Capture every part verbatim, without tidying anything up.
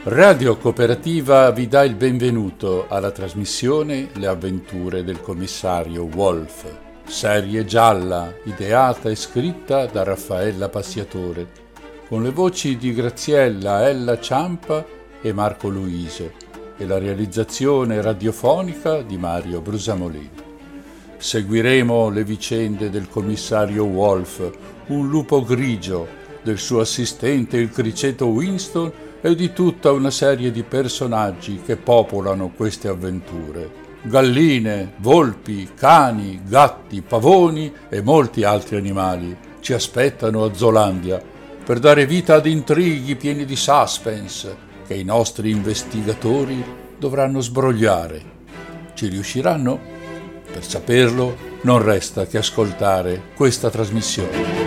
Radio Cooperativa vi dà il benvenuto alla trasmissione Le avventure del commissario Wolf, serie gialla ideata e scritta da Raffaella Passiatore, con le voci di Graziella Ella Ciampa e Marco Luise e la realizzazione radiofonica di Mario Brusamolin. Seguiremo le vicende del commissario Wolf, un lupo grigio, del suo assistente il criceto Winston e di tutta una serie di personaggi che popolano queste avventure. Galline, volpi, cani, gatti, pavoni e molti altri animali ci aspettano a Zolandia per dare vita ad intrighi pieni di suspense che i nostri investigatori dovranno sbrogliare. Ci riusciranno? Per saperlo non resta che ascoltare questa trasmissione.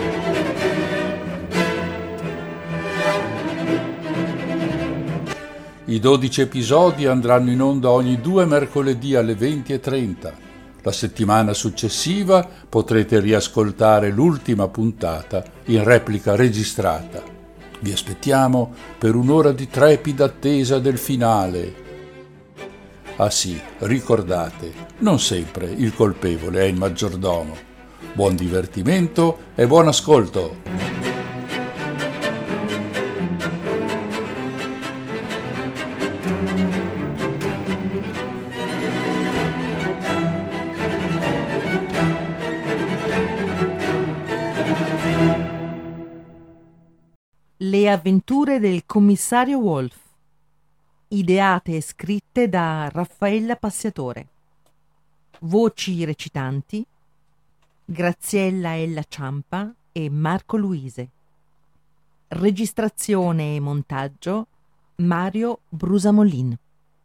I dodici episodi andranno in onda ogni due mercoledì alle venti e trenta. La settimana successiva potrete riascoltare l'ultima puntata in replica registrata. Vi aspettiamo per un'ora di trepida attesa del finale. Ah sì, ricordate, non sempre il colpevole è il maggiordomo. Buon divertimento e buon ascolto! Le avventure del commissario Wolf, ideate e scritte da Raffaella Passiatore. Voci recitanti: Graziella Ella Ciampa e Marco Luise. Registrazione e montaggio Mario Brusamolin.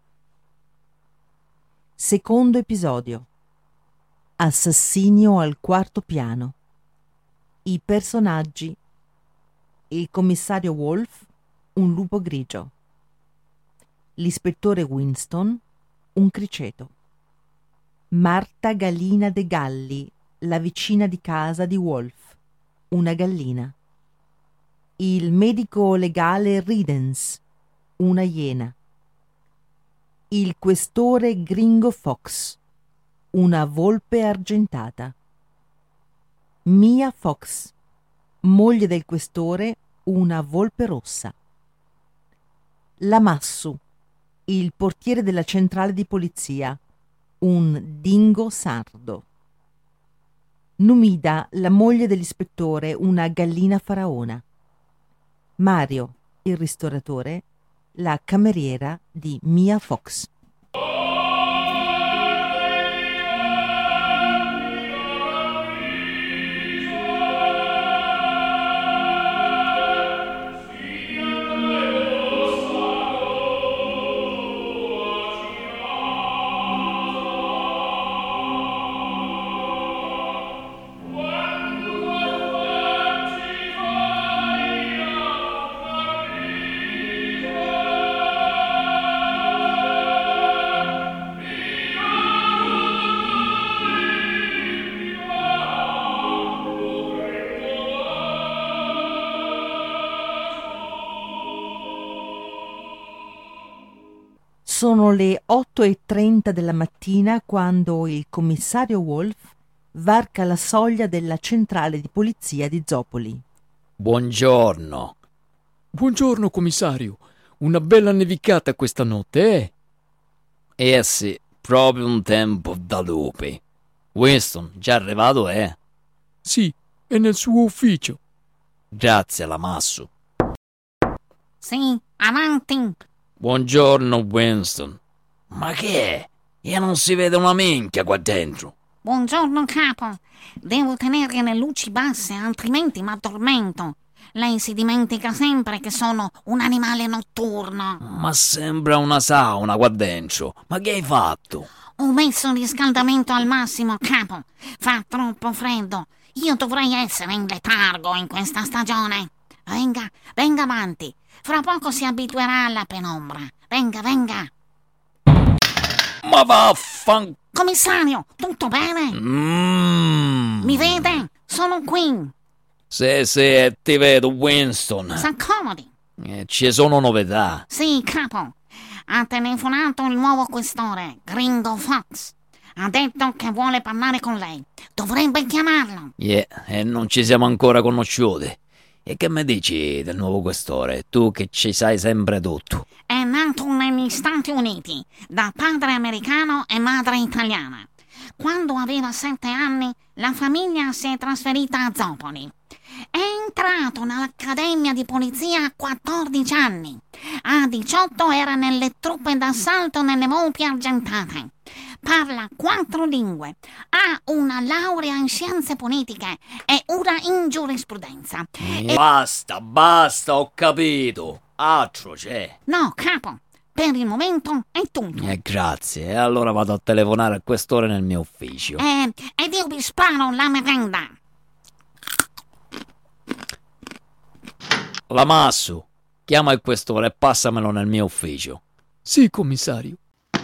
Secondo episodio: Assassinio al quarto piano. I personaggi: il commissario Wolf, un lupo grigio; l'ispettore Winston, un criceto; Marta Galina de Galli, la vicina di casa di Wolf, una gallina; il medico legale Ridens, una iena; il questore Gringo Fox, una volpe argentata; Mia Fox, moglie del questore, una volpe rossa; Lamassu, il portiere della centrale di polizia, un dingo sardo; Numida, la moglie dell'ispettore, una gallina faraona; Mario, il ristoratore, la cameriera di Mia Fox. Sono le otto e trenta della mattina quando il commissario Wolf varca la soglia della centrale di polizia di Zopoli. Buongiorno. Buongiorno, commissario. Una bella nevicata questa notte, eh? Eh sì, proprio un tempo da lupi. Winston, già arrivato, eh? Sì, è nel suo ufficio. Grazie, Lamassu. Sì, avanti. Buongiorno, Winston. Ma che è? E non si vede una minchia qua dentro. Buongiorno, capo. Devo tenere le luci basse, altrimenti mi addormento. Lei si dimentica sempre che sono un animale notturno. Ma sembra una sauna qua dentro. Ma che hai fatto? Ho messo il riscaldamento al massimo, capo. Fa troppo freddo. Io dovrei essere in letargo in questa stagione. Venga, venga avanti. Fra poco si abituerà alla penombra. Venga, venga. Ma vaffan... Commissario, tutto bene? Mm. Mi vede? Sono qui. Sì, sì, ti vedo, Winston. S'accomodi. Eh, ci sono novità. Sì, capo. Ha telefonato il nuovo questore, Gringo Fox. Ha detto che vuole parlare con lei. Dovrebbe chiamarlo. Yeah, e non ci siamo ancora conosciuti. E che mi dici del nuovo questore? Tu che ci sai sempre tutto. È nato negli Stati Uniti, da padre americano e madre italiana. Quando aveva sette anni, la famiglia si è trasferita a Zopoli. È entrato nell'Accademia di Polizia a quattordici anni. A diciotto era nelle truppe d'assalto nelle Volpi Argentate. Parla quattro lingue. Ha una laurea in scienze politiche e una in giurisprudenza. E... Basta, basta, ho capito. Altro c'è. No, capo. Per il momento è tutto. Eh, grazie. E allora vado a telefonare a quest'ora nel mio ufficio. Eh, ed io vi sparo la merenda. Lamassu, chiama il questore e passamelo nel mio ufficio. Sì, commissario.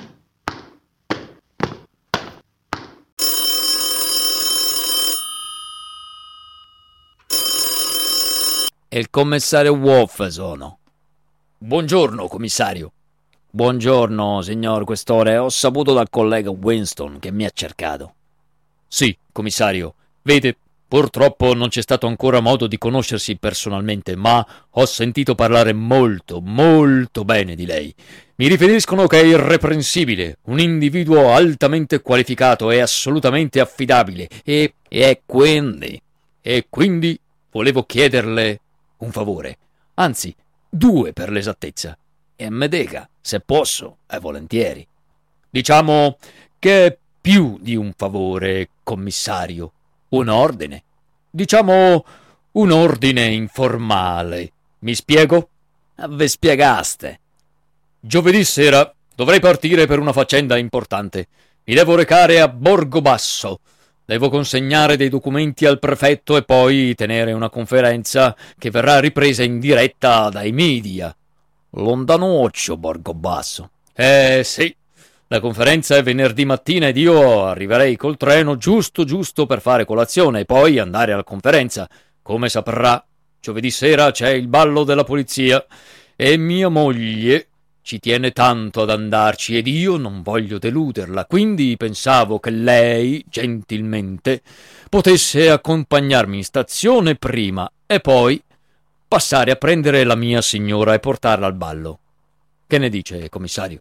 E il commissario Wolf sono. Buongiorno, commissario. Buongiorno, signor questore. Ho saputo dal collega Winston che mi ha cercato. Sì, commissario. Vede, purtroppo non c'è stato ancora modo di conoscersi personalmente, ma ho sentito parlare molto, molto bene di lei. Mi riferiscono che è irreprensibile, un individuo altamente qualificato e assolutamente affidabile, e, E quindi? e quindi volevo chiederle un favore, anzi, due per l'esattezza. E me dica, se posso, e volentieri. Diciamo che è più di un favore, commissario. Un ordine? Diciamo un ordine informale. Mi spiego? Vi spiegaste. Giovedì sera dovrei partire per una faccenda importante. Mi devo recare a Borgobasso. Devo consegnare dei documenti al prefetto e poi tenere una conferenza che verrà ripresa in diretta dai media. Lontanoccio, Borgobasso. Eh sì, la conferenza è venerdì mattina ed io arriverei col treno giusto giusto per fare colazione e poi andare alla conferenza. Come saprà, giovedì sera c'è il ballo della polizia e mia moglie ci tiene tanto ad andarci ed io non voglio deluderla, quindi pensavo che lei, gentilmente, potesse accompagnarmi in stazione prima e poi passare a prendere la mia signora e portarla al ballo. Che ne dice, commissario?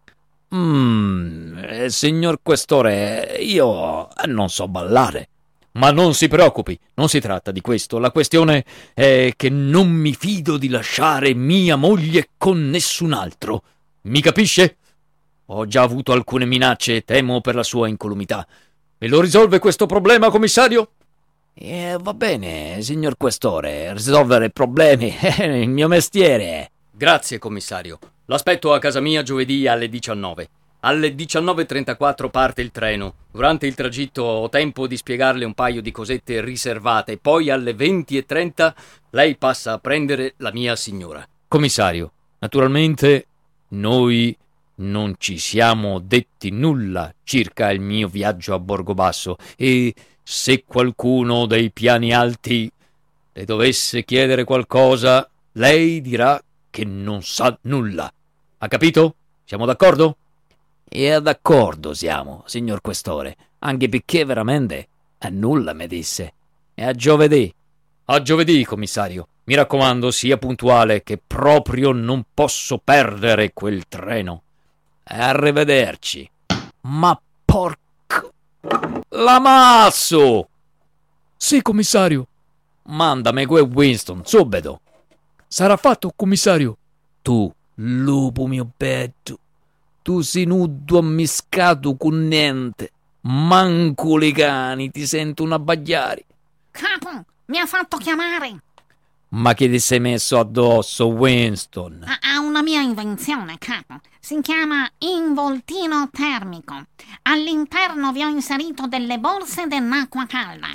Mmm, eh, signor questore, io non so ballare. Ma non si preoccupi, non si tratta di questo. La questione è che non mi fido di lasciare mia moglie con nessun altro. Mi capisce? Ho già avuto alcune minacce e temo per la sua incolumità. Me lo risolve questo problema, commissario? Eh, va bene, signor questore, risolvere problemi è il mio mestiere. Grazie, commissario. L'aspetto a casa mia giovedì alle diciannove. Alle diciannove e trentaquattro parte il treno. Durante il tragitto ho tempo di spiegarle un paio di cosette riservate. Poi alle venti e trenta lei passa a prendere la mia signora. Commissario, naturalmente noi non ci siamo detti nulla circa il mio viaggio a Borgobasso e se qualcuno dei piani alti le dovesse chiedere qualcosa, lei dirà che non sa nulla. Ha capito? Siamo d'accordo? E d'accordo siamo, signor questore, anche perché veramente a nulla mi disse. E a giovedì. A giovedì, commissario. Mi raccomando, sia puntuale che proprio non posso perdere quel treno. Arrivederci. Ma porco... Lamassu! Sì, commissario. Mandami quel Winston, subito. Sarà fatto, commissario. Tu, lupo mio bello, tu sei nudo ammiscato con niente. Manco le cani ti sentono abbagliare. Capo, mi ha fatto chiamare. Ma che ti sei messo addosso, Winston? Ha una mia invenzione, capo. Si chiama involtino termico. All'interno vi ho inserito delle borse dell'acqua calda.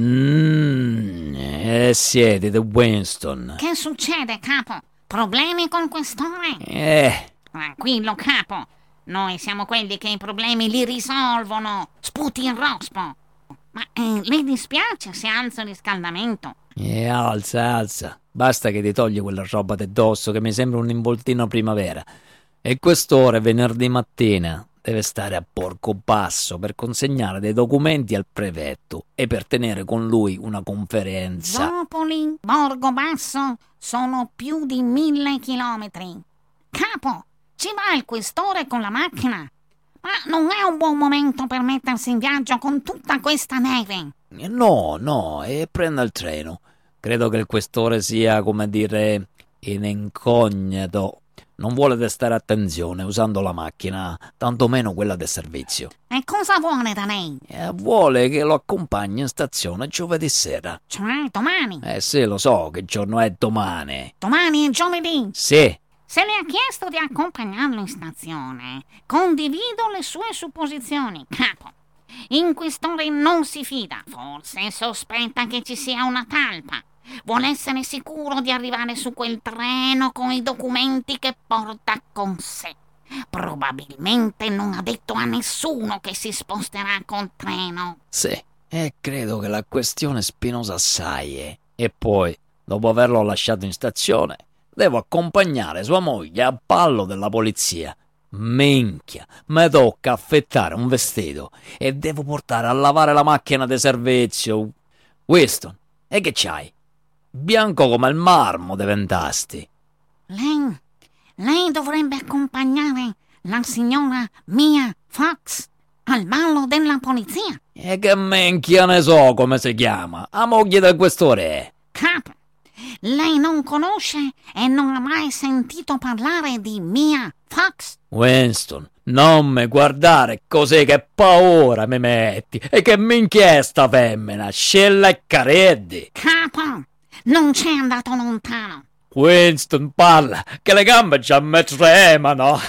Mmm, eh, siete di Winston. Che succede, capo? Problemi con quest'ore? Eh... Tranquillo, capo. Noi siamo quelli che i problemi li risolvono. Sputi in rospo. Ma eh, le dispiace se alzo il riscaldamento? E alza, alza. Basta che ti togli quella roba di dosso che mi sembra un involtino primavera. E quest'ora, venerdì mattina, deve stare a Borgobasso per consegnare dei documenti al prefetto e per tenere con lui una conferenza. Zopoli, Borgobasso, sono più di mille chilometri. Capo, ci va il questore con la macchina? Ma non è un buon momento per mettersi in viaggio con tutta questa neve. No, no, e prenda il treno. Credo che il questore sia, come dire, in incognito. Non vuole destare attenzione usando la macchina, tantomeno quella del servizio. E cosa vuole da lei? E vuole che lo accompagni in stazione giovedì sera. Cioè domani? Eh sì, lo so, che giorno è domani. Domani è giovedì? Sì. Se le ha chiesto di accompagnarlo in stazione, condivido le sue supposizioni, capo. In quest'ora non si fida, forse sospetta che ci sia una talpa. Vuole essere sicuro di arrivare su quel treno con i documenti che porta con sé. Probabilmente non ha detto a nessuno che si sposterà col treno. Sì, e credo che la questione è spinosa assai. Eh. E poi, dopo averlo lasciato in stazione, devo accompagnare sua moglie a ballo della polizia. Minchia, mi tocca affettare un vestito e devo portare a lavare la macchina di servizio. Winston, e che c'hai? Bianco come il marmo diventasti. Lei, lei dovrebbe accompagnare la signora Mia Fox al ballo della polizia. E che minchia ne so come si chiama, la moglie del questore è. Capo, lei non conosce e non ha mai sentito parlare di Mia Fox? Winston, non mi guardare così che paura mi metti. E che minchia è sta femmina, scella e careddi. Capo, non c'è andato lontano. Winston, parla, che le gambe già mi tremano.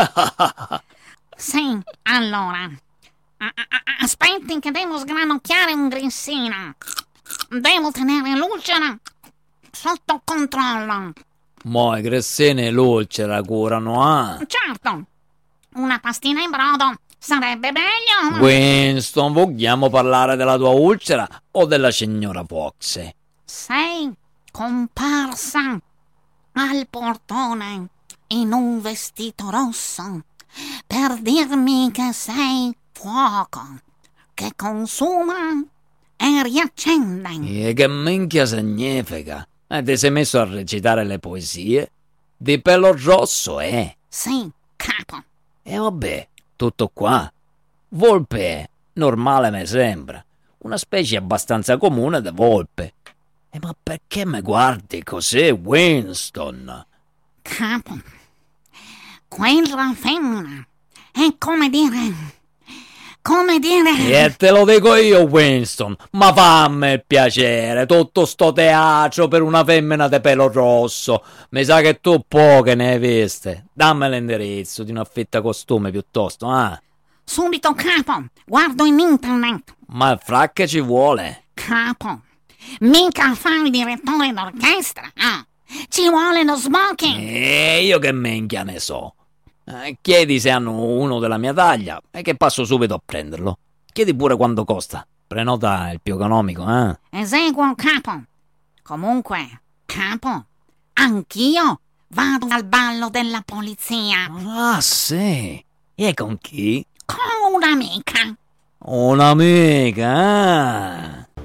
Sì, allora. A- a- aspetti che devo sgranocchiare un grissino. Devo tenere l'ulcera sotto controllo. Mo' i grissini e l'ulcera curano, eh? Certo, una pastina in brodo sarebbe meglio. Winston, vogliamo parlare della tua ulcera o della signora Fox? Sei comparsa al portone in un vestito rosso per dirmi che sei fuoco che consuma e riaccende. E che minchia significa? E ti sei messo a recitare le poesie? Di pelo rosso, eh? Sì, capo. E vabbè, tutto qua. Volpe, normale mi sembra. Una specie abbastanza comune di volpe. E ma perché mi guardi così, Winston? Capo, quella femmina è come dire... come dire... E te lo dico io, Winston, ma fammi il piacere, tutto sto teatro per una femmina di pelo rosso. Mi sa che tu poche ne hai viste. Dammi l'indirizzo di un affittacostume piuttosto, eh? Subito, capo, guardo in internet. Ma il fracche ci vuole. Capo, mica fa il direttore d'orchestra, ah. Ci vuole lo smoking. E io che minchia ne so. Eh, chiedi se hanno uno della mia taglia e che passo subito a prenderlo. Chiedi pure quanto costa. Prenota il più economico, eh? Eseguo, capo. Comunque, capo, anch'io vado al ballo della polizia. Ah, sì? E con chi? Con un'amica. Un'amica, eh?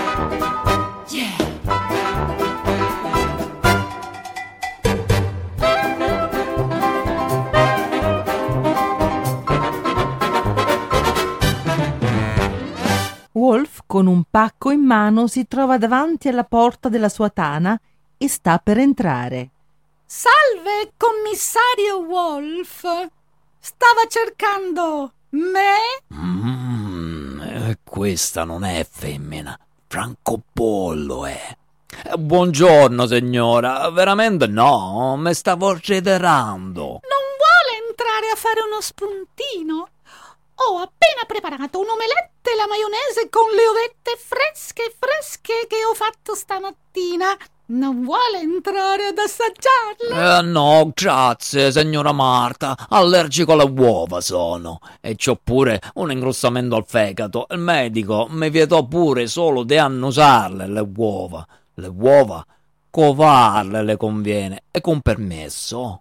Wolf, con un pacco in mano, si trova davanti alla porta della sua tana e sta per entrare. Salve, commissario Wolf. Stava cercando me? Mm, eh, questa non è femmina. Francobollo è. Eh, buongiorno, signora. Veramente no, mi stavo ritirando. Non vuole entrare a fare uno spuntino? Ho appena preparato un'omelette e la maionese con le ovette fresche fresche che ho fatto stamattina. Non vuole entrare ad assaggiarle? Eh, no, grazie, signora Marta. Allergico alle uova sono. E c'ho pure un ingrossamento al fegato. Il medico mi vietò pure solo di annusarle le uova. Le uova covarle le conviene, e con permesso.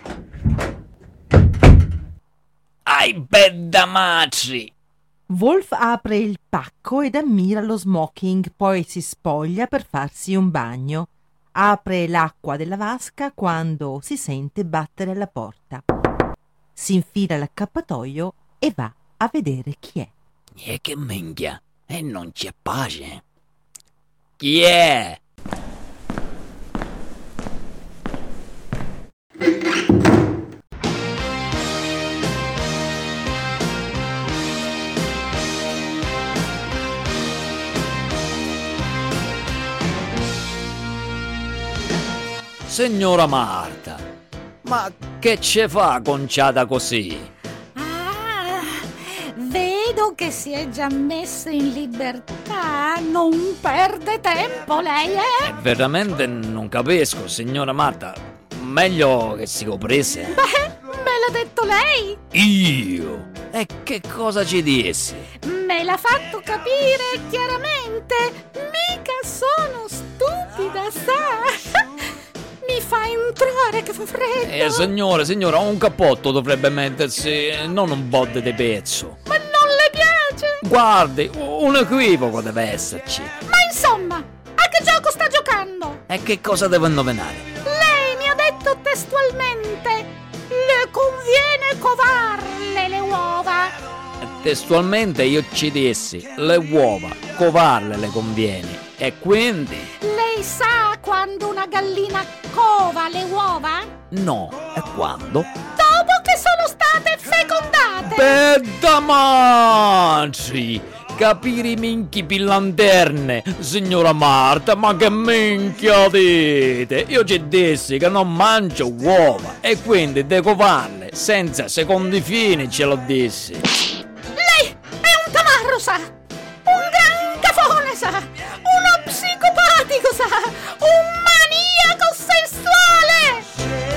Ai bedda matri! Wolf apre il pacco ed ammira lo smoking, poi si spoglia per farsi un bagno. Apre l'acqua della vasca quando si sente battere alla porta. Si infila l'accappatoio e va a vedere chi è. E che minchia, e non c'è pace. Chi è? Signora Marta, ma che ce fa conciata così? Ah, vedo che si è già messo in libertà. Non perde tempo lei, eh? Eh, veramente non capisco, signora Marta. Meglio che si coprisse. Beh, me l'ha detto lei. Io? E che cosa ci dissi? Me l'ha fatto capire chiaramente. Mica sono stupida, sa? Mi fa entrare che fa freddo. Eh, signora, signora, un cappotto dovrebbe mettersi, non un bodde di pezzo. Ma non le piace? Guardi, un equivoco deve esserci. Ma insomma, a che gioco sta giocando? E che cosa devo indovinare? Lei mi ha detto testualmente: le conviene covarle le uova. Testualmente io ci dissi, le uova, covarle le conviene. E quindi? Lei sa quando una gallina cova le uova? No, e quando? Dopo che sono state fecondate. Bedda matri! Capire minchi pillanterne, signora Marta, ma che minchia dite? Io ci dissi che non mangio uova e quindi devo farle senza secondi fini, ce lo dissi. Lei è un tamarro, sa? Un gran cafone, sa? Uno psicopatico, sa? Un maniaco sessuale!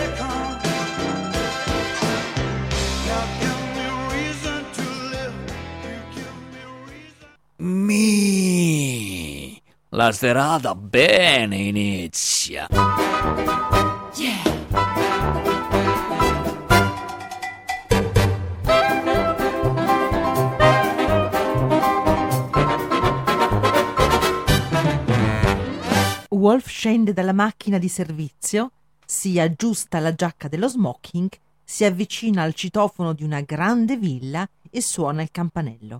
Mi, la serata bene inizia. Yeah. Wolf scende dalla macchina di servizio, si aggiusta la giacca dello smoking, si avvicina al citofono di una grande villa e suona il campanello.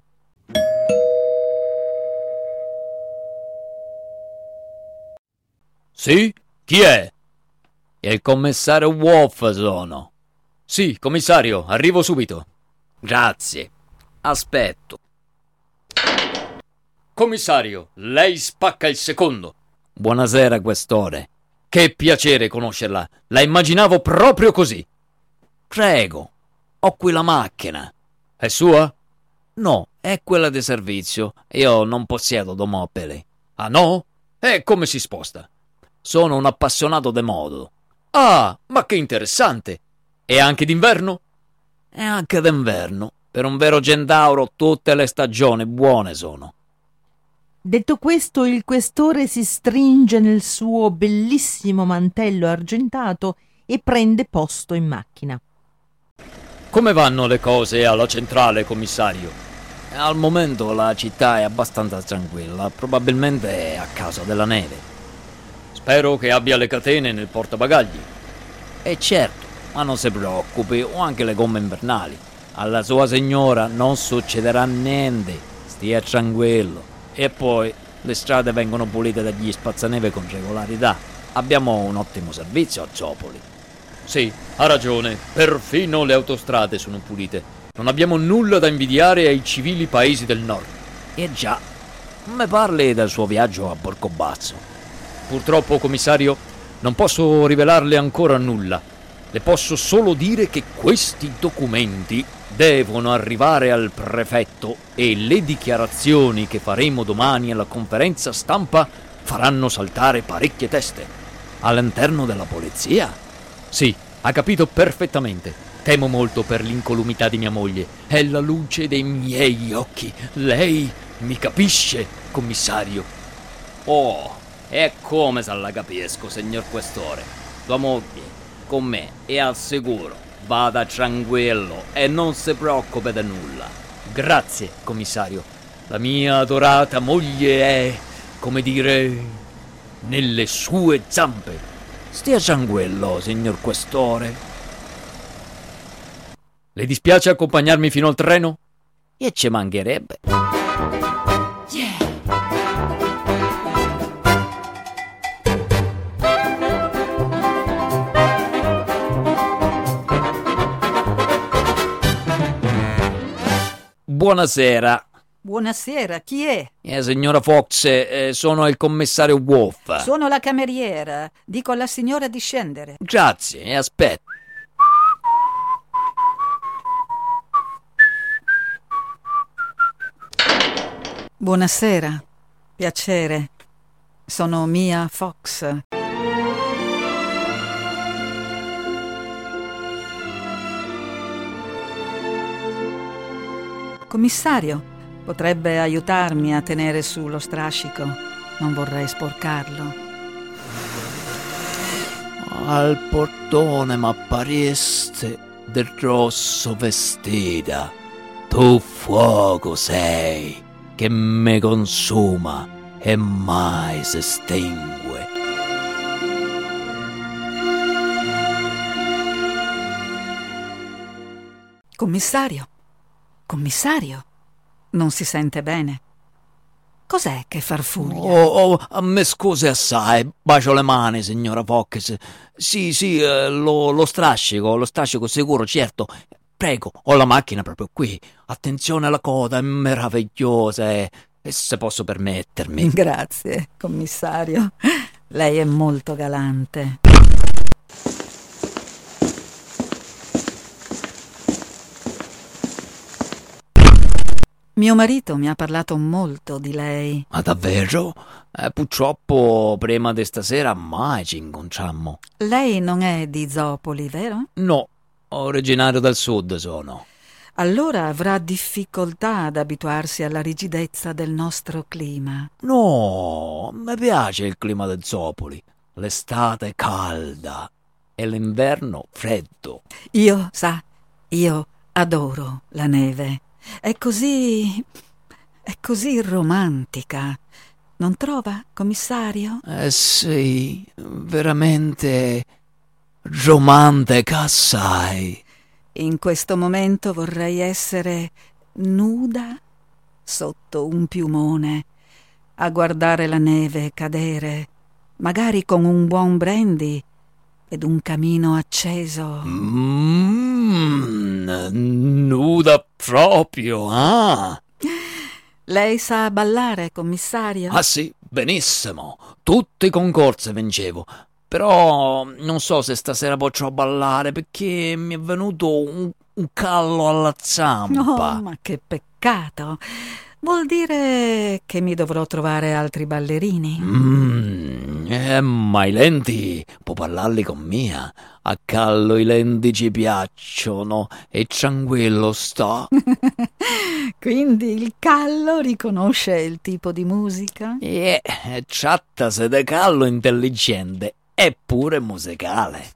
Sì? Chi è? Il commissario Wolf sono. Sì, commissario, arrivo subito. Grazie. Aspetto. Commissario, lei spacca il secondo. Buonasera, questore. Che piacere conoscerla. La immaginavo proprio così. Prego, ho qui la macchina. È sua? No, è quella di servizio. Io non possiedo automobili. Ah no? E come si sposta? Sono un appassionato di moto. Ah, ma che interessante. E anche d'inverno? E anche d'inverno. Per un vero centauro tutte le stagioni buone sono. Detto questo, il questore si stringe nel suo bellissimo mantello argentato e prende posto in macchina. Come vanno le cose alla centrale, commissario? Al momento la città è abbastanza tranquilla, probabilmente a causa della neve. Spero che abbia le catene nel portabagagli. E certo, ma non si preoccupi, ho anche le gomme invernali. Alla sua signora non succederà niente, stia tranquillo. E poi le strade vengono pulite dagli spazzaneve con regolarità. Abbiamo un ottimo servizio a Zopoli. Sì, ha ragione, perfino le autostrade sono pulite. Non abbiamo nulla da invidiare ai civili paesi del nord. E già, mi parli del suo viaggio a Borgobazzo. Purtroppo, commissario, non posso rivelarle ancora nulla. Le posso solo dire che questi documenti devono arrivare al prefetto e le dichiarazioni che faremo domani alla conferenza stampa faranno saltare parecchie teste. All'interno della polizia? Sì, ha capito perfettamente. Temo molto per l'incolumità di mia moglie. È la luce dei miei occhi. Lei mi capisce, commissario? Oh, E come se la capisco, signor Questore. Tua moglie, con me, è al sicuro. Vada tranquillo e non si preoccupi di nulla. Grazie, commissario. La mia adorata moglie è, come dire, nelle sue zampe. Stia tranquillo, signor Questore. Le dispiace accompagnarmi fino al treno? E ci mancherebbe. Buonasera. Buonasera, chi è? Eh, signora Fox, eh, sono il commissario Wolf. Sono la cameriera. Dico alla signora di scendere. Grazie, e aspetta. Buonasera, piacere. Sono Mia Fox. Commissario, potrebbe aiutarmi a tenere su lo strascico? Non vorrei sporcarlo. Al portone m'appariste del rosso vestita. Tu fuoco sei, che me consuma e mai si estingue. Commissario? Commissario? Non si sente bene. Cos'è che farfuglia? Oh, oh, a me scusi assai, bacio le mani, signora Fox. Sì, sì, eh, lo, lo strascico, lo strascico sicuro, certo. Prego, ho la macchina proprio qui. Attenzione alla coda, è meravigliosa, e, e se posso permettermi. Grazie, commissario. Lei è molto galante. Mio marito mi ha parlato molto di lei. Ma davvero? Eh, purtroppo prima di stasera mai ci incontrammo. Lei non è di Zopoli, vero? No, originario del sud sono. Allora avrà difficoltà ad abituarsi alla rigidezza del nostro clima. No, mi piace il clima del Zopoli. L'estate calda e l'inverno freddo. Io, sa, io adoro la neve. È così... è così romantica. Non trova, commissario? Eh sì, veramente romantica assai. In questo momento vorrei essere nuda sotto un piumone, a guardare la neve cadere, magari con un buon brandy ed un camino acceso. Mmm, nuda proprio, ah! Lei sa ballare, commissario? Ah sì, benissimo. Tutti i concorsi vincevo. Però non so se stasera potrò ballare perché mi è venuto un, un callo alla zampa. Oh, ma che peccato. Vuol dire che mi dovrò trovare altri ballerini? Mm, eh, ma i lenti, può parlarli con Mia. A callo i lenti ci piacciono e tranquillo sto. Quindi il callo riconosce il tipo di musica? E eh, trattasi di callo intelligente e pure musicale.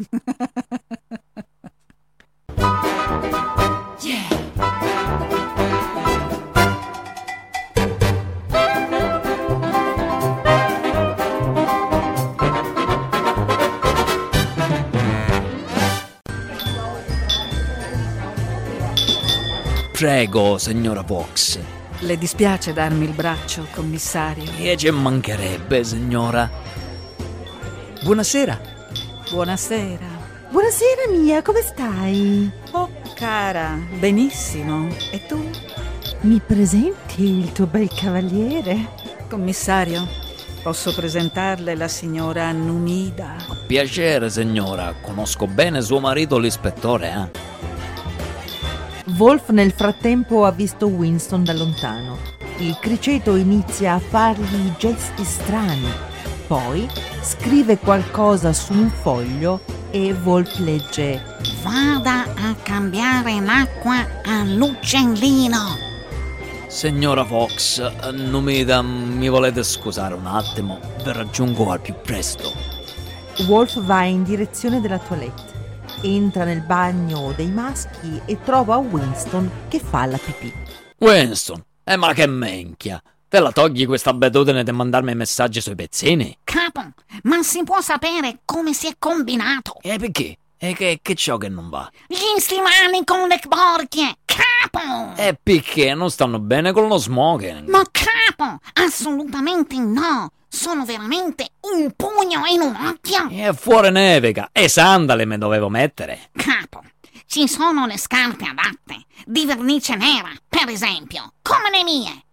Prego, signora Fox. Le dispiace darmi il braccio, commissario? E ci mancherebbe, signora. Buonasera. Buonasera. Buonasera Mia, come stai? Oh, cara, benissimo. E tu? Mi presenti il tuo bel cavaliere? Commissario, posso presentarle la signora Nunida? Piacere, signora. Conosco bene suo marito, l'ispettore, eh? Wolf nel frattempo ha visto Winston da lontano. Il criceto inizia a fargli gesti strani. Poi scrive qualcosa su un foglio e Wolf legge: Vada a cambiare l'acqua all'uccellino. Signora Fox, Numida, mi volete scusare un attimo? Vi raggiungo al più presto. Wolf va in direzione della toilette. Entra nel bagno dei maschi e trova Winston che fa la pipì. Winston, eh ma che menchia! Te la togli questa abitudine di mandarmi messaggi sui pezzini? Capo, ma si può sapere come si è combinato? E perché? E che, che c'ho che non va? Gli stivali con le borchie, capo! E perché non stanno bene con lo smoking? Ma capo, assolutamente no! Sono veramente un pugno in un occhio! E fuori nevica, e sandali me dovevo mettere. Capo, ci sono le scarpe adatte, di vernice nera, per esempio, come le mie.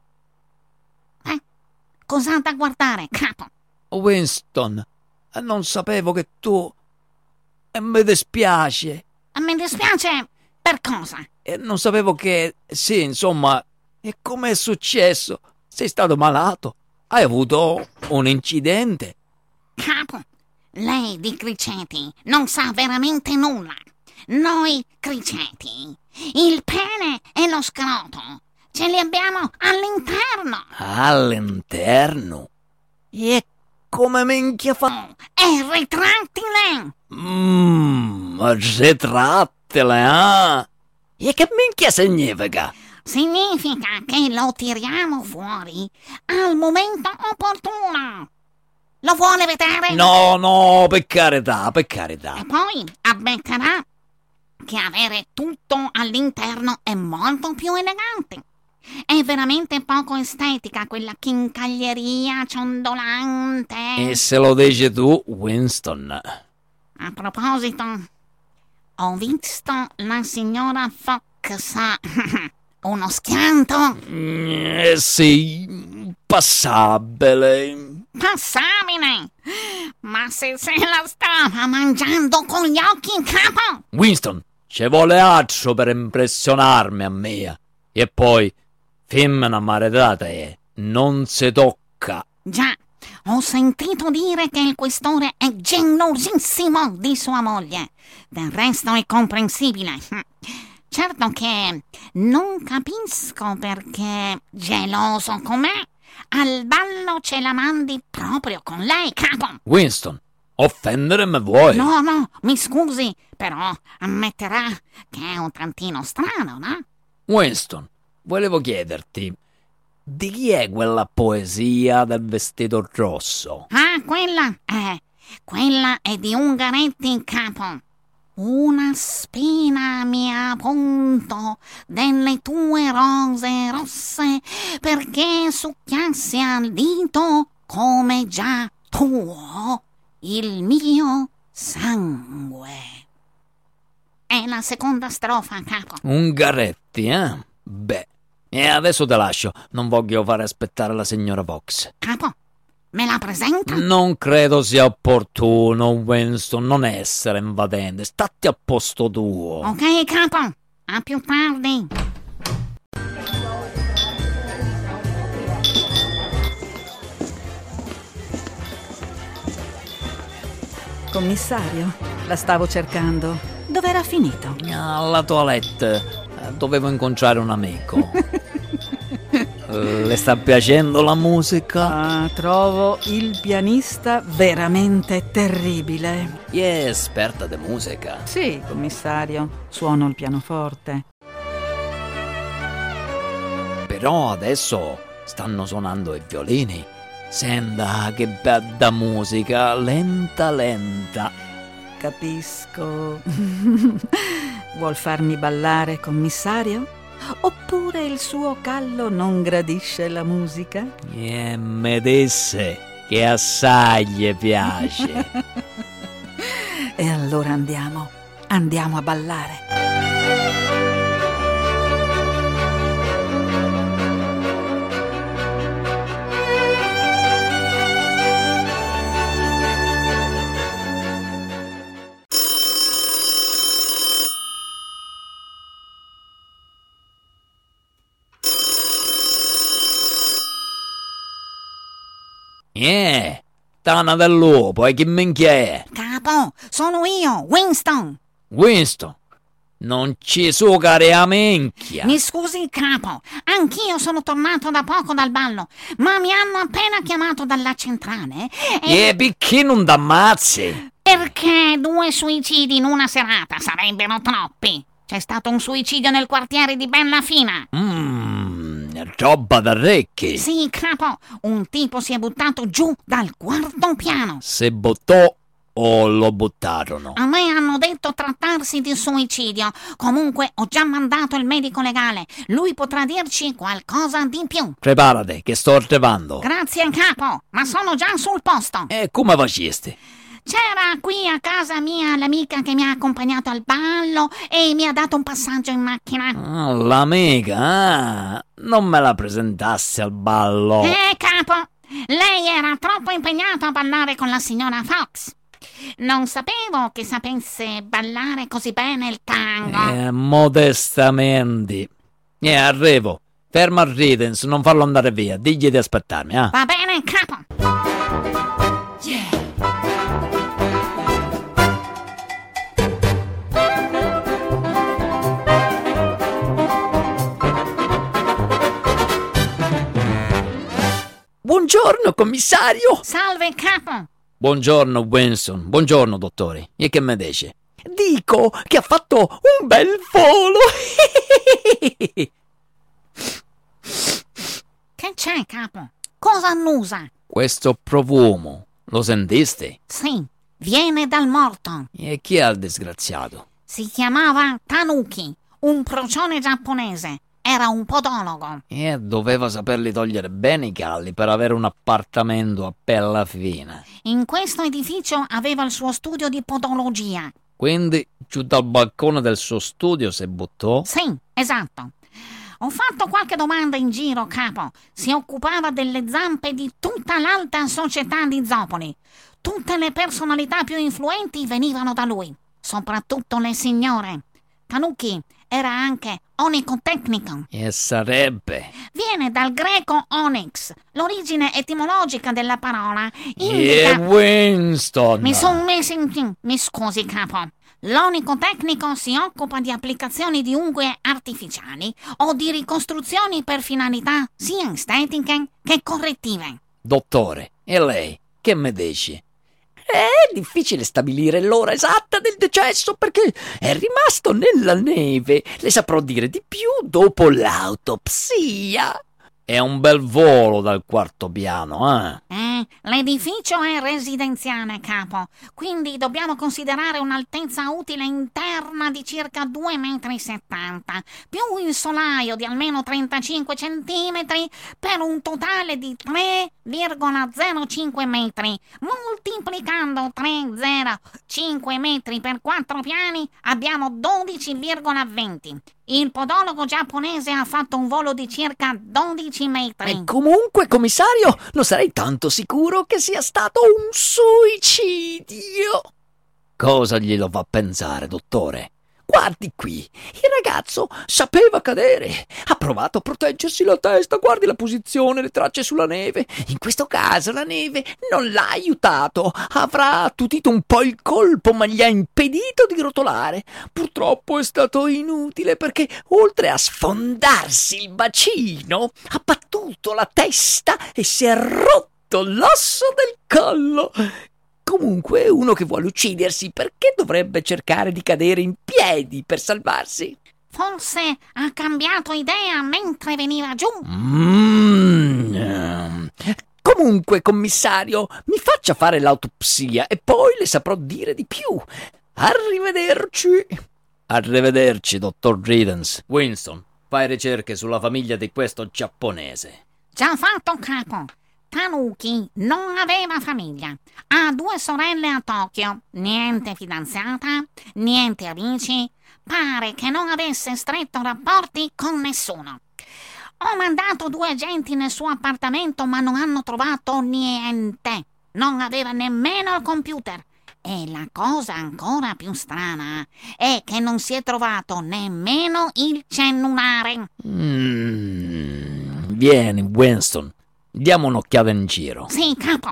Eh? Cos'ha da guardare, capo? Winston, non sapevo che tu... E mi dispiace. Mi dispiace per cosa? E non sapevo che... Sì, insomma... E come è successo? Sei stato malato? Hai avuto un incidente? Capo, lei di criceti non sa veramente nulla. Noi criceti, il pene e lo scroto, ce li abbiamo all'interno. All'interno? E come minchia fa? È retrattile. Mmm, retrattile, ah? E che minchia significa? Significa che lo tiriamo fuori al momento opportuno. Lo vuole vedere? No, no, per carità, per carità. E poi ammetterà che avere tutto all'interno è molto più elegante. È veramente poco estetica quella chincaglieria ciondolante. E se lo dici tu, Winston. A proposito, ho visto la signora Fox. Uno schianto? Eh sì, passabile. Passabile? Ma se se la stava mangiando con gli occhi in capo? Winston, ci vuole altro per impressionarmi a me. E poi, femmina maritata è, non si tocca. Già, ho sentito dire che il questore è gelosissimo di sua moglie. Del resto è comprensibile. Certo che non capisco perché, geloso com'è, al ballo ce la mandi proprio con lei, capo. Winston, offendere me vuoi? No, no, mi scusi, però ammetterà che è un tantino strano, no? Winston, volevo chiederti, di chi è quella poesia del vestito rosso? Ah, quella? Eh, quella è di Ungaretti, capo. Una spina mi ha punto delle tue rose rosse perché succhiassi al dito come già tuo il mio sangue. È la seconda strofa, capo. Ungaretti, eh? Beh, e adesso te lascio, non voglio fare aspettare la signora Fox. Capo, me la presenta? Non credo sia opportuno, Winston, non essere invadente. Statti a posto tuo. Ok, capo. A più tardi. Commissario, la stavo cercando. Dov'era finito? Alla toilette. Dovevo incontrare un amico. Le sta piacendo la musica? Ah, trovo il pianista veramente terribile. È esperta di musica? Sì, commissario, suono il pianoforte. Però adesso stanno suonando i violini. Senta che bella musica, lenta lenta. Capisco. Vuol farmi ballare, commissario? Oppure il suo callo non gradisce la musica? E me disse che assai gli piace. E allora andiamo, andiamo a ballare. Eh, tana del lupo, e chi minchia è? Capo, sono io, Winston. Winston, Non ci sucare a minchia. Mi scusi, capo, anch'io sono tornato da poco dal ballo, ma mi hanno appena chiamato dalla centrale e... E perché non t'ammazzi? Perché due suicidi in una serata sarebbero troppi. C'è stato un suicidio nel quartiere di Bellafina. Mmm, roba da recchi. Sì, capo, un tipo si è buttato giù dal quarto piano. Se buttò o lo buttarono? A me hanno detto trattarsi di suicidio. Comunque ho già mandato il medico legale. Lui potrà dirci qualcosa di più. Preparati, che sto arrivando. Grazie, capo, ma sono già sul posto. E come facesti? C'era qui a casa mia l'amica che mi ha accompagnato al ballo e mi ha dato un passaggio in macchina. Ah, l'amica, ah, non me la presentassi al ballo. Eh, capo, lei era troppo impegnata a ballare con la signora Fox. Non sapevo che sapesse ballare così bene il tango. Eh, modestamente. E eh, arrivo. Ferma il Ridens, non farlo andare via. Digli di aspettarmi, ah. Va bene, capo. Yeah. Buongiorno, commissario. Salve, capo. Buongiorno, Winston. Buongiorno, dottore. E che me dice? Dico che ha fatto un bel volo. Che c'è, capo? Cosa annusa? Questo profumo, lo sentiste? Sì, viene dal morto. E chi è il disgraziato? Si chiamava Tanuki, un procione giapponese. Era un podologo. E doveva saperli togliere bene i calli per avere un appartamento a pella fina. In questo edificio aveva il suo studio di podologia. Quindi giù dal balcone del suo studio si buttò? Sì, esatto. Ho fatto qualche domanda in giro, capo. Si occupava delle zampe di tutta l'alta società di Zopoli. Tutte le personalità più influenti venivano da lui, soprattutto le signore. Tanuki era anche onicotecnico. E sarebbe? Viene dal greco onyx. L'origine etimologica della parola indica... E Winston! Mi sono messo in... Mi scusi, capo. L'onicotecnico si occupa di applicazioni di unghie artificiali o di ricostruzioni per finalità sia estetiche che correttive. Dottore, e lei che me dice? È difficile stabilire l'ora esatta del decesso perché è rimasto nella neve. Le saprò dire di più dopo l'autopsia. È un bel volo dal quarto piano, eh? Eh, l'edificio è residenziale, capo, quindi dobbiamo considerare un'altezza utile interna di circa due metri e settanta, più il solaio di almeno trentacinque centimetri, per un totale di tre virgola zero cinque metri. Moltiplicando tre virgola zero cinque metri per quattro piani abbiamo dodici virgola venti. Il podologo giapponese ha fatto un volo di circa dodici metri. E comunque, commissario, non sarei tanto sicuro che sia stato un suicidio. Cosa glielo fa pensare, dottore? Guardi qui, il ragazzo sapeva cadere, ha provato a proteggersi la testa, guardi la posizione, le tracce sulla neve. In questo caso la neve non l'ha aiutato, avrà attutito un po' il colpo, ma gli ha impedito di rotolare. Purtroppo è stato inutile perché, oltre a sfondarsi il bacino, ha battuto la testa e si è rotto l'osso del collo. Comunque, uno che vuole uccidersi, perché dovrebbe cercare di cadere in piedi per salvarsi? Forse ha cambiato idea mentre veniva giù. Mm. Comunque, commissario, mi faccia fare l'autopsia e poi le saprò dire di più. Arrivederci. Arrivederci, dottor Ridens. Winston, fai ricerche sulla famiglia di questo giapponese. Già fatto, capo. Tanuki non aveva famiglia. Ha due sorelle a Tokyo. Niente fidanzata, niente amici. Pare che non avesse stretto rapporti con nessuno. Ho mandato due agenti nel suo appartamento, ma non hanno trovato niente. Non aveva nemmeno il computer. E la cosa ancora più strana è che non si è trovato nemmeno il cellulare. Mm. Vieni, Winston. Diamo un'occhiata in giro. Sì, capo.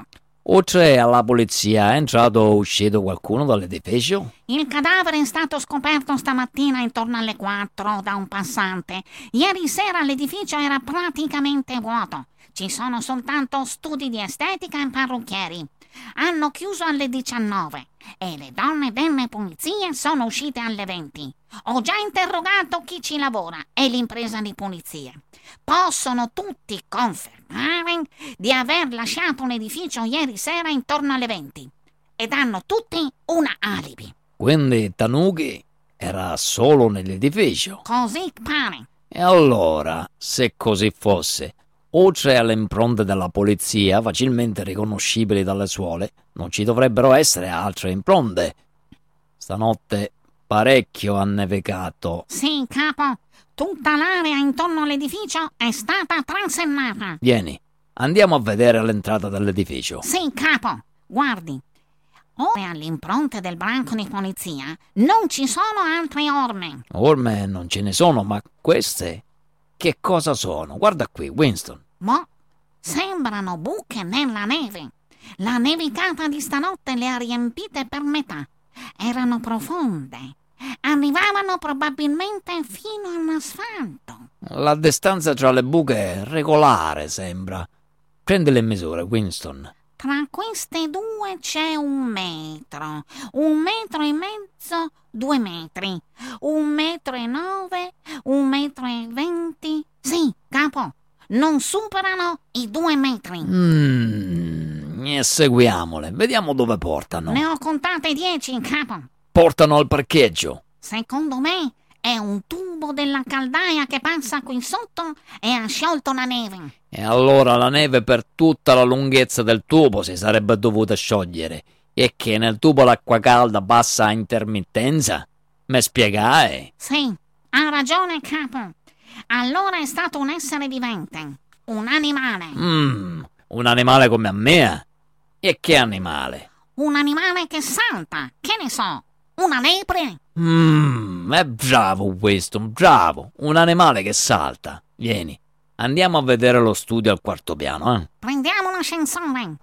Oltre alla polizia, è entrato o uscito qualcuno dall'edificio? Il cadavere è stato scoperto stamattina intorno alle quattro da un passante. Ieri sera l'edificio era praticamente vuoto. Ci sono soltanto studi di estetica e parrucchieri. Hanno chiuso alle diciannove e le donne delle pulizie sono uscite alle venti. Ho già interrogato chi ci lavora e l'impresa di pulizie. Possono tutti confermare di aver lasciato l'edificio ieri sera intorno alle venti ed hanno tutti una alibi. Quindi Tanuki era solo nell'edificio? Così pare. E allora, se così fosse, oltre alle impronte della polizia facilmente riconoscibili dalle suole, non ci dovrebbero essere altre impronte. Stanotte parecchio ha nevicato. Sì, capo. Tutta l'area intorno all'edificio è stata transennata. Vieni, andiamo a vedere l'entrata dell'edificio. Sì, capo. Guardi. Ora alle impronte del branco di polizia non ci sono altre orme. Orme non ce ne sono, ma queste che cosa sono? Guarda qui, Winston. Boh, sembrano buche nella neve. La nevicata di stanotte le ha riempite per metà. Erano profonde. Arrivavano probabilmente fino all'asfalto. La distanza tra le buche è regolare, sembra. Prendi le misure, Winston. Tra queste due c'è un metro, un metro e mezzo, due metri, un metro e nove, un metro e venti. Sì, capo, non superano i due metri. Mm, e seguiamole, vediamo dove portano. Ne ho contate dieci, capo. Portano al parcheggio. Secondo me è un tubo della caldaia che passa qui sotto e ha sciolto la neve. E allora la neve per tutta la lunghezza del tubo si sarebbe dovuta sciogliere. E che nel tubo l'acqua calda passa a intermittenza? Me spiegai? Sì, ha ragione, capo. Allora è stato un essere vivente, un animale. Mm, un animale come a me? E che animale? Un animale che salta, che ne so, una lepre? Mmm, è bravo Winston, bravo. Un animale che salta. Vieni, andiamo a vedere lo studio al quarto piano, eh? Prendiamo l'ascensore.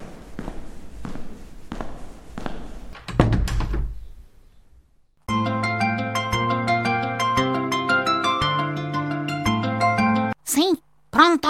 Sì, pronto?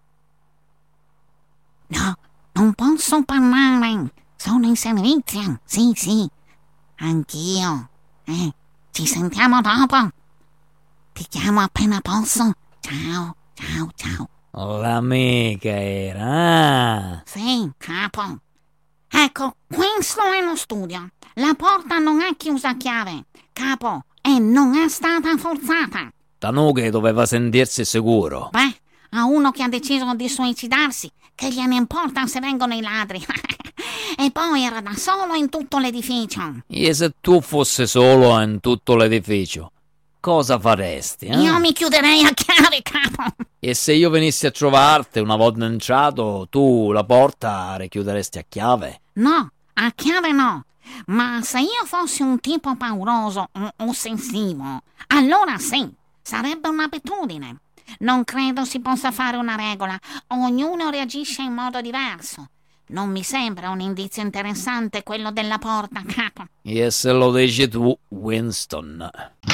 No, non posso parlare. Sono in servizio. Sì, sì. Anch'io. Eh, ci sentiamo dopo. Ti chiamo appena posso. Ciao, ciao, ciao. L'amica era, ah. Sì, capo. Ecco, questo è lo studio. La porta non è chiusa a chiave, capo, e non è stata forzata. Tanuki doveva sentirsi sicuro. Beh, a uno che ha deciso di suicidarsi, che gliene importa se vengono i ladri. E poi era da solo in tutto l'edificio. E se tu fossi solo in tutto l'edificio, cosa faresti? Eh? Io mi chiuderei a chiave, capo. E se io venissi a trovarti una volta entrato, tu la porta richiuderesti a chiave? No, a chiave no. Ma se io fossi un tipo pauroso o ossessivo, allora sì, sarebbe un'abitudine. Non credo si possa fare una regola. Ognuno reagisce in modo diverso. Non mi sembra un indizio interessante quello della porta, capo. E se lo dici tu, Winston?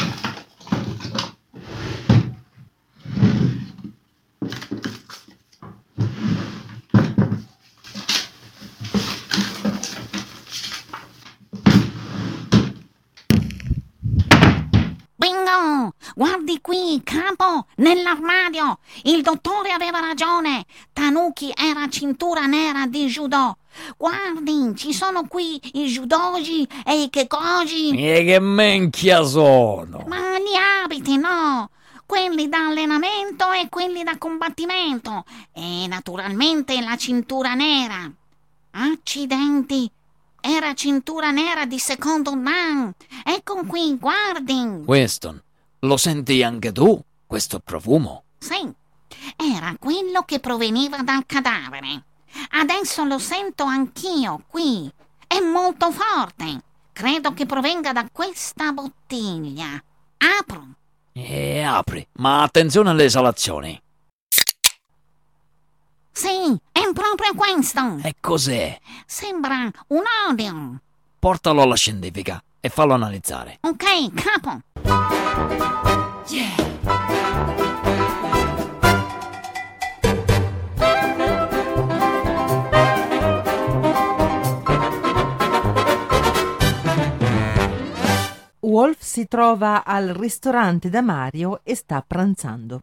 Bingo! Guardi qui, capo, nell'armadio. Il dottore aveva ragione. Tanuki era cintura nera di judo. Guardi, ci sono qui i judogi e i kekoji. E che minchia sono? Ma gli abiti, no? Quelli da allenamento e quelli da combattimento. E naturalmente la cintura nera. Accidenti! Era cintura nera di secondo dan. Ecco qui, guardi. Winston, lo senti anche tu, questo profumo? Sì, era quello che proveniva dal cadavere. Adesso lo sento anch'io qui. È molto forte. Credo che provenga da questa bottiglia. Apro. E apri, ma attenzione alle esalazioni. Sì, è proprio questo. E cos'è? Sembra un odio. Portalo alla scientifica e fallo analizzare. Ok, capo. Wolf si trova al ristorante da Mario e sta pranzando.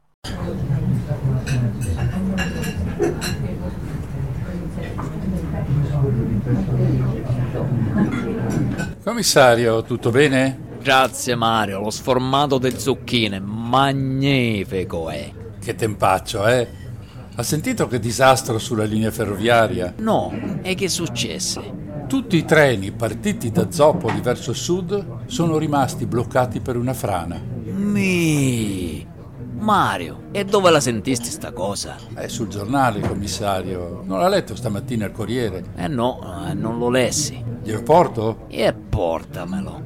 Commissario, tutto bene? Grazie Mario, lo sformato di zucchine, magnifico è. Che tempaccio, eh? Ha sentito che disastro sulla linea ferroviaria? No, e che successe? Tutti i treni partiti da Zoppoli verso sud sono rimasti bloccati per una frana. Mi... Mario, e dove la sentisti sta cosa? È sul giornale, commissario. Non l'ha letto stamattina il Corriere? Eh no, eh, non lo lessi. Glielo porto? E portamelo.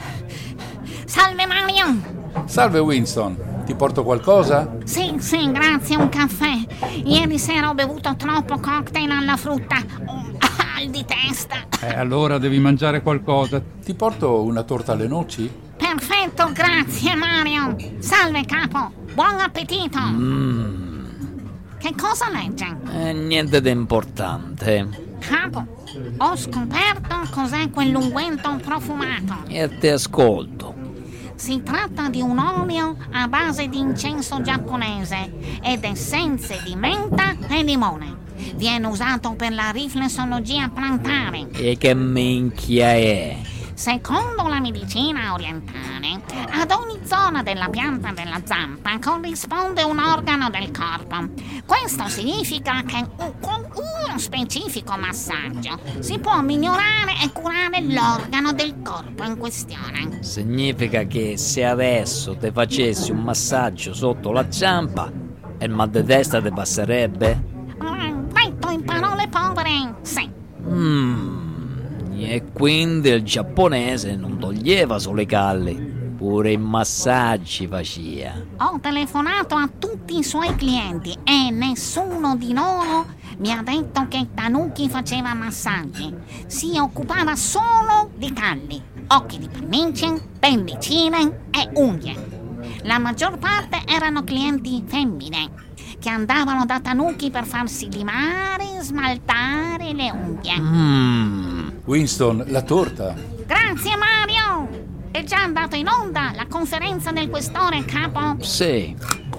Salve Mario. Salve Winston, ti porto qualcosa? Sì, sì, grazie, un caffè. Ieri sera ho bevuto troppo cocktail alla frutta. Oh, mal di testa. Eh, allora devi mangiare qualcosa. Ti porto una torta alle noci? Perfetto, grazie Mario. Salve capo, buon appetito. Mm. Che cosa legge? Eh, niente di importante. Capo, ho scoperto cos'è quell'unguento profumato. E ti ascolto. Si tratta di un olio a base di incenso giapponese ed essenze di menta e limone. Viene usato per la riflessologia plantare. E che minchia è? Secondo la medicina orientale, ad ogni zona della pianta della zampa corrisponde un organo del corpo. Questo significa che con uno specifico massaggio si può migliorare e curare l'organo del corpo in questione. Significa che se adesso ti facessi un massaggio sotto la zampa, il mal di testa ti passerebbe? Mm, detto in parole povere, sì. Mmm... E quindi il giapponese non toglieva solo i calli, pure i massaggi faceva. Ho telefonato a tutti i suoi clienti e nessuno di loro mi ha detto che Tanuki faceva massaggi. Si occupava solo di calli, occhi di pernice, pellicine e unghie. La maggior parte erano clienti femmine che andavano da Tanuki per farsi limare e smaltare le unghie. Mmm... Winston, la torta. Grazie Mario! È già andata in onda la conferenza del questore, capo? Sì. E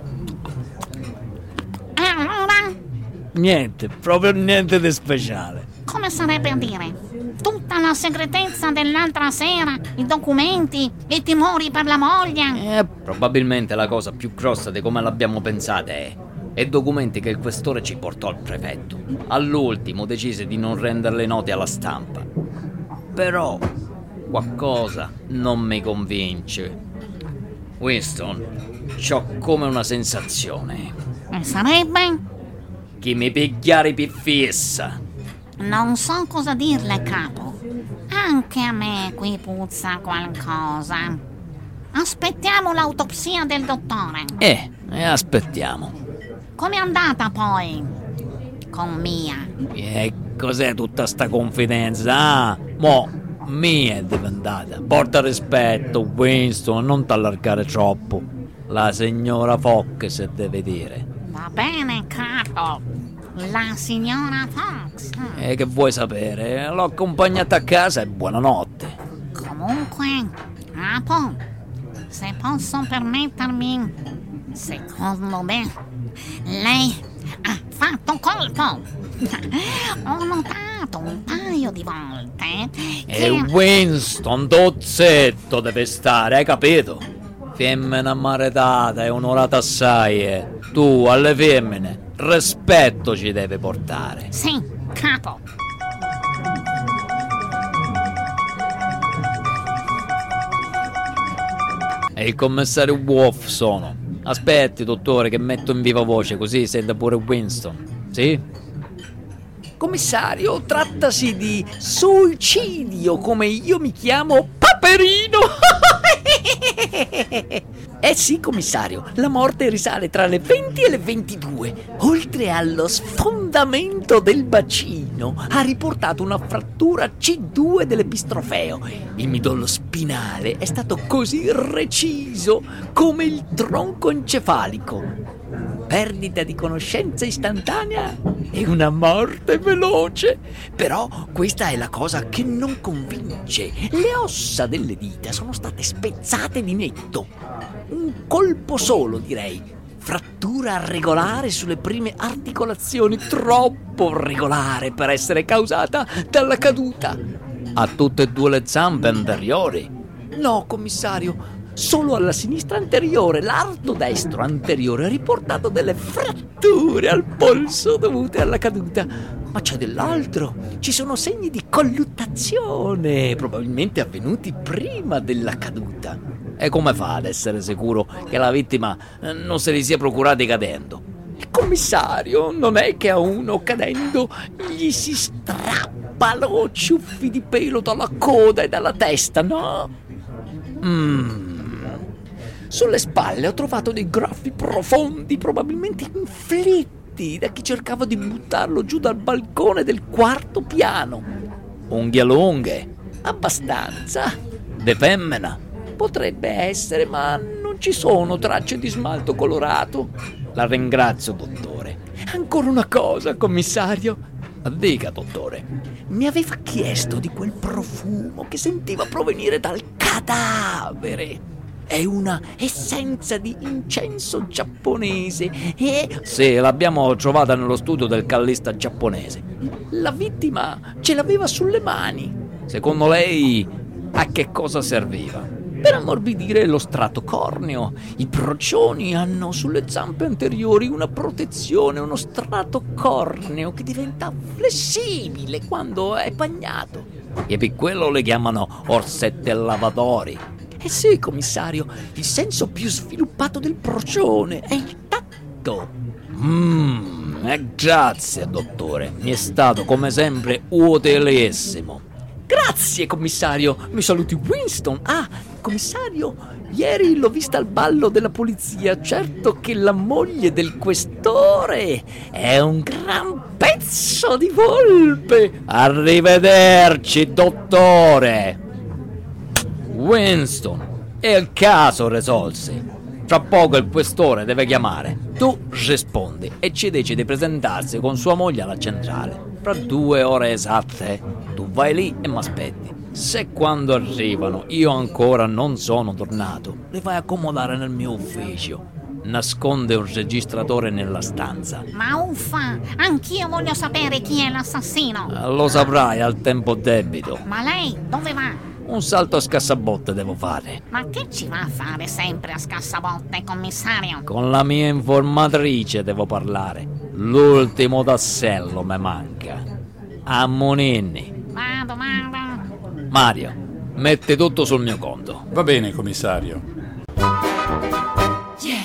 allora? Niente, proprio niente di speciale. Come sarebbe a dire? Tutta la segretezza dell'altra sera, i documenti, i timori per la moglie. Eh, probabilmente la cosa più grossa di come l'abbiamo pensata è... e documenti che il questore ci portò al prefetto. All'ultimo decise di non renderle note alla stampa. Però qualcosa non mi convince. Winston, c'ho come una sensazione E sarebbe? che mi pigliare per fissa. Non so cosa dirle, capo. Anche a me qui puzza qualcosa. Aspettiamo l'autopsia del dottore. Eh, e aspettiamo. Com'è andata poi? Con Mia. E cos'è tutta sta confidenza? Ah, mo, mia è diventata. Porta rispetto, Winston, non t'allargare troppo. La signora Fox se deve dire. Va bene, capo. La signora Fox. E che vuoi sapere? L'ho accompagnata a casa e buonanotte. Comunque, capo, se posso permettermi, secondo me, lei ha fatto colpo. Ho notato un paio di volte che... E Winston, dozzetto deve stare, hai capito? Femmina maritata e onorata assai, eh. Tu alle femmine rispetto ci deve portare. Sì, capo. E il commissario Wolf sono. Aspetti, dottore, che metto in viva voce, così sente pure Winston. Sì? Commissario, trattasi di suicidio, come io mi chiamo Paperino. Eh sì, commissario, la morte risale tra le venti e le ventidue. Oltre allo sfondamento del bacino, ha riportato una frattura C due dell'epistrofeo. Il midollo spinale è stato così reciso come il tronco encefalico. Perdita di conoscenza istantanea e una morte veloce. Però questa è la cosa che non convince. Le ossa delle dita sono state spezzate di netto. Un colpo solo, direi. Frattura regolare sulle prime articolazioni, troppo regolare per essere causata dalla caduta. Ha tutte e due le zampe anteriori? No, commissario. Solo alla sinistra anteriore, l'arto destro anteriore ha riportato delle fratture al polso dovute alla caduta. Ma c'è dell'altro, ci sono segni di colluttazione, probabilmente avvenuti prima della caduta. E come fa ad essere sicuro che la vittima non se li sia procurati cadendo? Il commissario, non è che a uno cadendo gli si strappano ciuffi di pelo dalla coda e dalla testa, no? Mmm... Sulle spalle ho trovato dei graffi profondi, probabilmente inflitti da chi cercava di buttarlo giù dal balcone del quarto piano. Unghie lunghe, abbastanza. De femmina, potrebbe essere, ma non ci sono tracce di smalto colorato. La ringrazio, dottore. Ancora una cosa, commissario. Dica, dottore. Mi aveva chiesto di quel profumo che sentiva provenire dal cadavere. È una essenza di incenso giapponese e... Sì, l'abbiamo trovata nello studio del callista giapponese. La vittima ce l'aveva sulle mani. Secondo lei a che cosa serviva? Per ammorbidire lo strato corneo. I procioni hanno sulle zampe anteriori una protezione, uno strato corneo che diventa flessibile quando è bagnato. E per quello le chiamano orsette lavatori. Eh sì, commissario, il senso più sviluppato del procione è il tatto. Mmm, eh, grazie, dottore. Mi è stato, come sempre, utilissimo. Grazie, commissario. Mi saluti Winston. Ah, commissario, ieri l'ho vista al ballo della polizia. Certo che la moglie del questore è un gran pezzo di volpe. Arrivederci, dottore. Winston, è il caso risolse. Tra poco il questore deve chiamare. Tu rispondi e ci dici di presentarsi con sua moglie alla centrale. Fra due ore esatte tu vai lì e mi aspetti. Se quando arrivano io ancora non sono tornato, li vai a accomodare nel mio ufficio. Nasconde un registratore nella stanza. Ma uffa, anch'io voglio sapere chi è l'assassino. Lo saprai al tempo debito. Ma lei dove va? Un salto a scassabotte devo fare. Ma che ci va a fare sempre a scassabotte, commissario? Con la mia informatrice devo parlare. L'ultimo tassello mi manca. A Moninni. Vado, vado. Mario, metti tutto sul mio conto. Va bene, commissario. Yeah.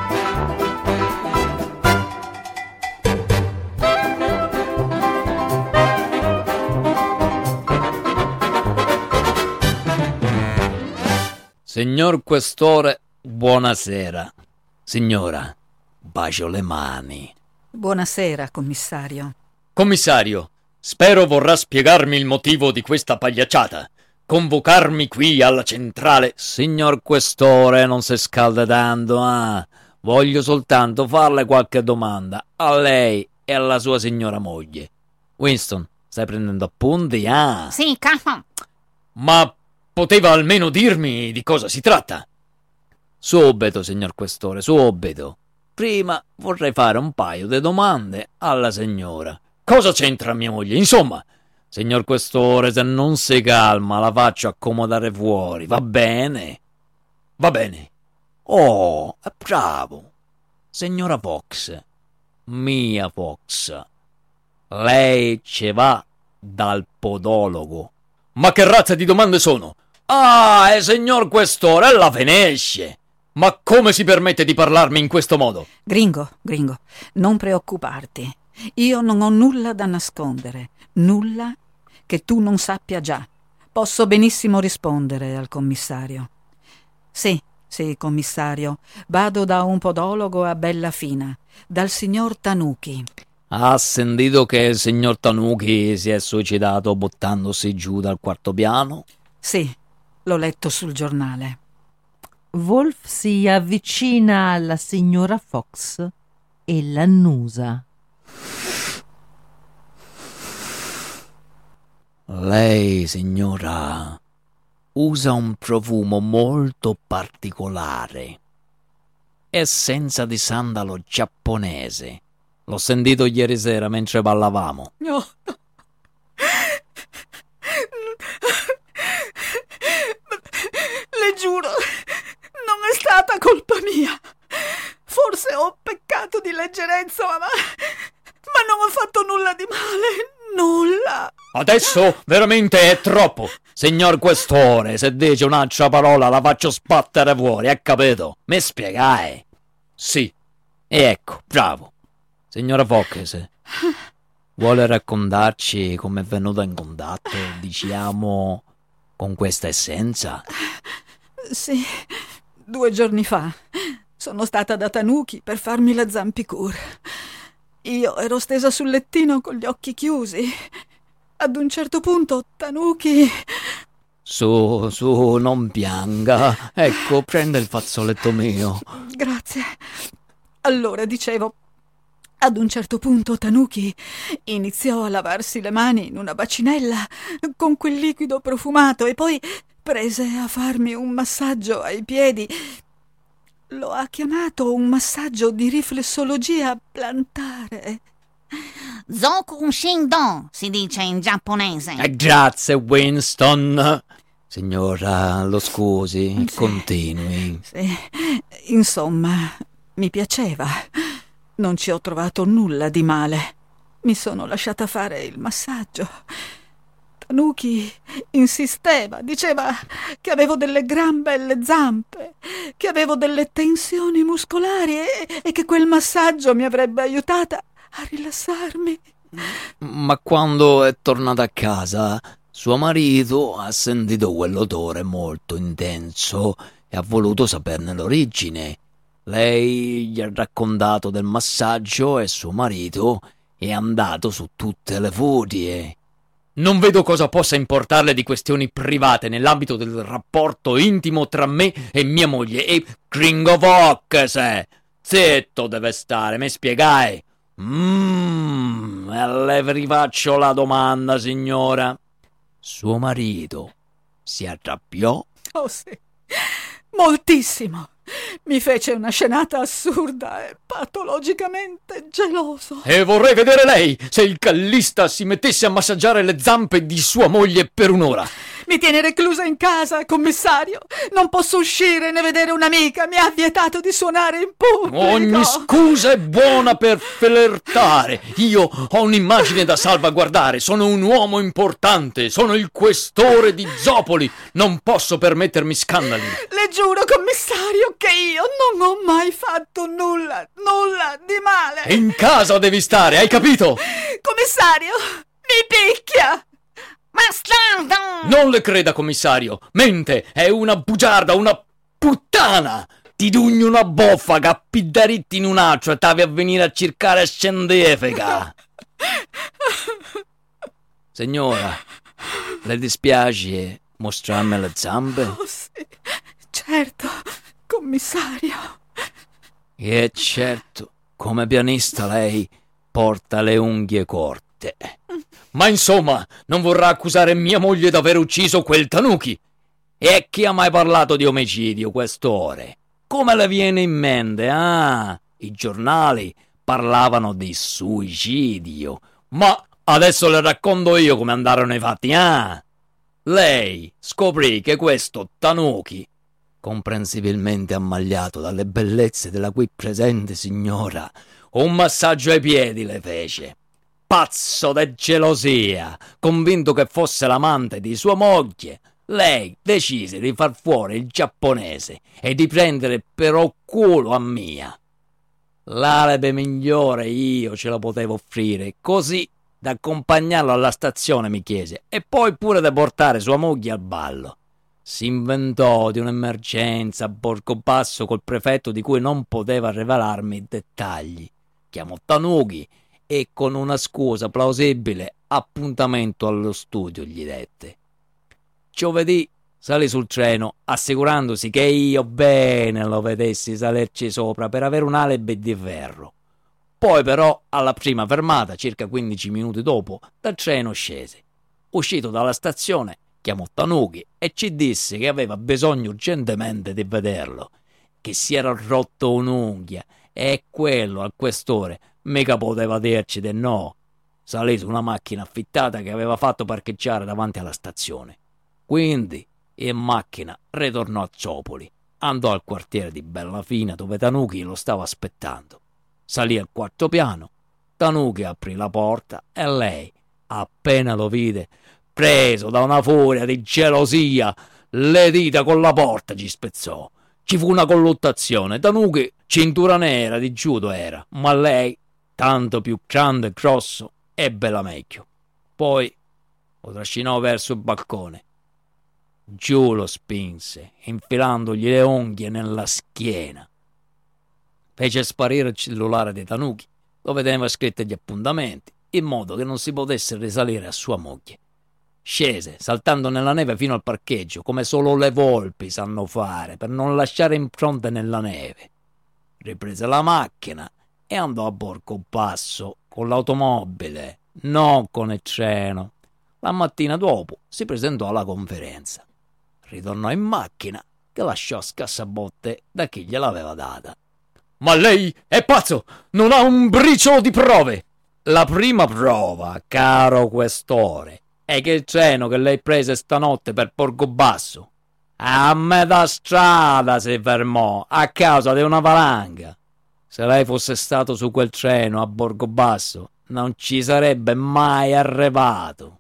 Signor questore, buonasera. Signora, bacio le mani. Buonasera, commissario. Commissario, spero vorrà spiegarmi il motivo di questa pagliacciata. Convocarmi qui alla centrale. Signor questore, non si scalda tanto, ah. Voglio soltanto farle qualche domanda a lei e alla sua signora moglie. Winston, stai prendendo appunti, ah? Sì, capo. Ma poteva almeno dirmi di cosa si tratta? Subito, signor questore, subito. Prima vorrei fare un paio di domande alla signora. Cosa c'entra mia moglie? Insomma, signor questore, se non si calma la faccio accomodare fuori, va bene? Va bene. Oh, bravo. Signora Fox, mia Fox, lei ci va dal podologo. Ma che razza di domande sono? Ah, e signor questore, la finisce. Ma come si permette di parlarmi in questo modo? Gringo, Gringo, non preoccuparti. Io non ho nulla da nascondere, nulla che tu non sappia già. Posso benissimo rispondere al commissario. Sì, sì, commissario. Vado da un podologo a Bellafina, dal signor Tanuki. Ha sentito che il signor Tanuki si è suicidato buttandosi giù dal quarto piano? Sì, l'ho letto sul giornale. Wolf si avvicina alla signora Fox e l'annusa. Lei, signora, usa un profumo molto particolare. Essenza di sandalo giapponese. L'ho sentito ieri sera mentre ballavamo. No, no. Le giuro, non è stata colpa mia. Forse ho peccato di leggerezza, ma, ma non ho fatto nulla di male. Nulla. Adesso veramente è troppo. Signor Questore, se dice un'altra parola la faccio sbattere fuori, hai capito? Mi spiegai? Sì. E ecco, bravo. Signora Fox, vuole raccontarci come è venuta in contatto, diciamo, con questa essenza? Sì, due giorni fa sono stata da Tanuki per farmi la Zampicur. Io ero stesa sul lettino con gli occhi chiusi. Ad un certo punto Tanuki... Su, su, non pianga. Ecco, prenda il fazzoletto mio. Grazie. Allora, dicevo, ad un certo punto Tanuki iniziò a lavarsi le mani in una bacinella con quel liquido profumato e poi prese a farmi un massaggio ai piedi. Lo ha chiamato un massaggio di riflessologia plantare. Zoku Shindo si dice in giapponese. Eh, grazie, Winston. Signora, lo scusi, Sì. continui. Sì. Insomma, mi piaceva. Non ci ho trovato nulla di male. Mi sono lasciata fare il massaggio. Tanuki insisteva, diceva che avevo delle gran belle zampe, che avevo delle tensioni muscolari e, e che quel massaggio mi avrebbe aiutata a rilassarmi. Ma quando è tornata a casa, suo marito ha sentito quell'odore molto intenso e ha voluto saperne l'origine. Lei gli ha raccontato del massaggio e suo marito è andato su tutte le furie. Non vedo cosa possa importarle di questioni private nell'ambito del rapporto intimo tra me e mia moglie. E Gringo Fox, zitto deve stare, mi spiegai? Mmm, e le rifaccio la domanda, signora. Suo marito si arrabbiò? Oh sì, moltissimo. Mi fece una scenata assurda e patologicamente geloso. E vorrei vedere lei se il callista si mettesse a massaggiare le zampe di sua moglie per un'ora. Mi tiene reclusa in casa, commissario. Non posso uscire né vedere un'amica. Mi ha vietato di suonare in pubblico. Ogni scusa è buona per flirtare. Io ho un'immagine da salvaguardare. Sono un uomo importante. Sono il questore di Zopoli. Non posso permettermi scandali. Le giuro, commissario, che io non ho mai fatto nulla, nulla di male. In casa devi stare, hai capito? Commissario, mi picchia. Bastardo! Non le creda, commissario. Mente, è una bugiarda, una puttana. Ti dugno una boffa, cappi diritti in un altro e t'avi a venire a cercare scientifica. Signora, le dispiace mostrarmi le zampe? Oh sì, certo, commissario. E certo, come pianista lei porta le unghie corte. Ma insomma, non vorrà accusare mia moglie d'aver ucciso quel Tanuki. E chi ha mai parlato di omicidio quest'ore? Come le viene in mente? Ah, i giornali parlavano di suicidio. Ma adesso le racconto io come andarono i fatti, ah? Lei scoprì che questo Tanuki, comprensibilmente ammagliato dalle bellezze della qui presente signora, un massaggio ai piedi le fece. Pazzo di gelosia, convinto che fosse l'amante di sua moglie, lei decise di far fuori il giapponese e di prendere per culo a mia. L'alibi migliore io ce la potevo offrire, così da accompagnarlo alla stazione mi chiese, e poi pure da portare sua moglie al ballo. si inventò di un'emergenza a Borgobasso col prefetto di cui non poteva rivelarmi i dettagli. Chiamò Tanuki e con una scusa plausibile appuntamento allo studio gli dette. Giovedì salì sul treno assicurandosi che io bene lo vedessi salerci sopra per avere un alibi di ferro. Poi però alla prima fermata, circa quindici minuti dopo, dal treno scese. Uscito dalla stazione chiamò Tanuki e ci disse che aveva bisogno urgentemente di vederlo, che si era rotto un'unghia e quello al questore mica poteva dirci di no. Salì su una macchina affittata che aveva fatto parcheggiare davanti alla stazione. Quindi in macchina ritornò a Ciopoli, andò al quartiere di Bellafina dove Tanuki lo stava aspettando. Salì al quarto piano, Tanuki aprì la porta e lei, appena lo vide, preso da una furia di gelosia, le dita con la porta ci spezzò. Ci fu una colluttazione. Tanuki cintura nera di judo era, ma lei, tanto più grande e grosso, ebbe la meglio. Poi lo trascinò verso il balcone. Giù lo spinse, infilandogli le unghie nella schiena. Fece sparire il cellulare di Tanuki, dove teneva scritti gli appuntamenti, in modo che non si potesse risalire a sua moglie. Scese, saltando nella neve fino al parcheggio, come solo le volpi sanno fare, per non lasciare impronte nella neve. Riprese la macchina e andò a Borgobasso con l'automobile, non con il treno. La mattina dopo si presentò alla conferenza. Ritornò in macchina, che lasciò a scassabotte da chi gliel'aveva data. Ma lei è pazzo! Non ha un briciolo di prove! La prima prova, caro questore, è che il treno che lei prese stanotte per Borgobasso a metà strada si fermò a causa di una valanga. Se lei fosse stato su quel treno a Borgobasso non ci sarebbe mai arrivato.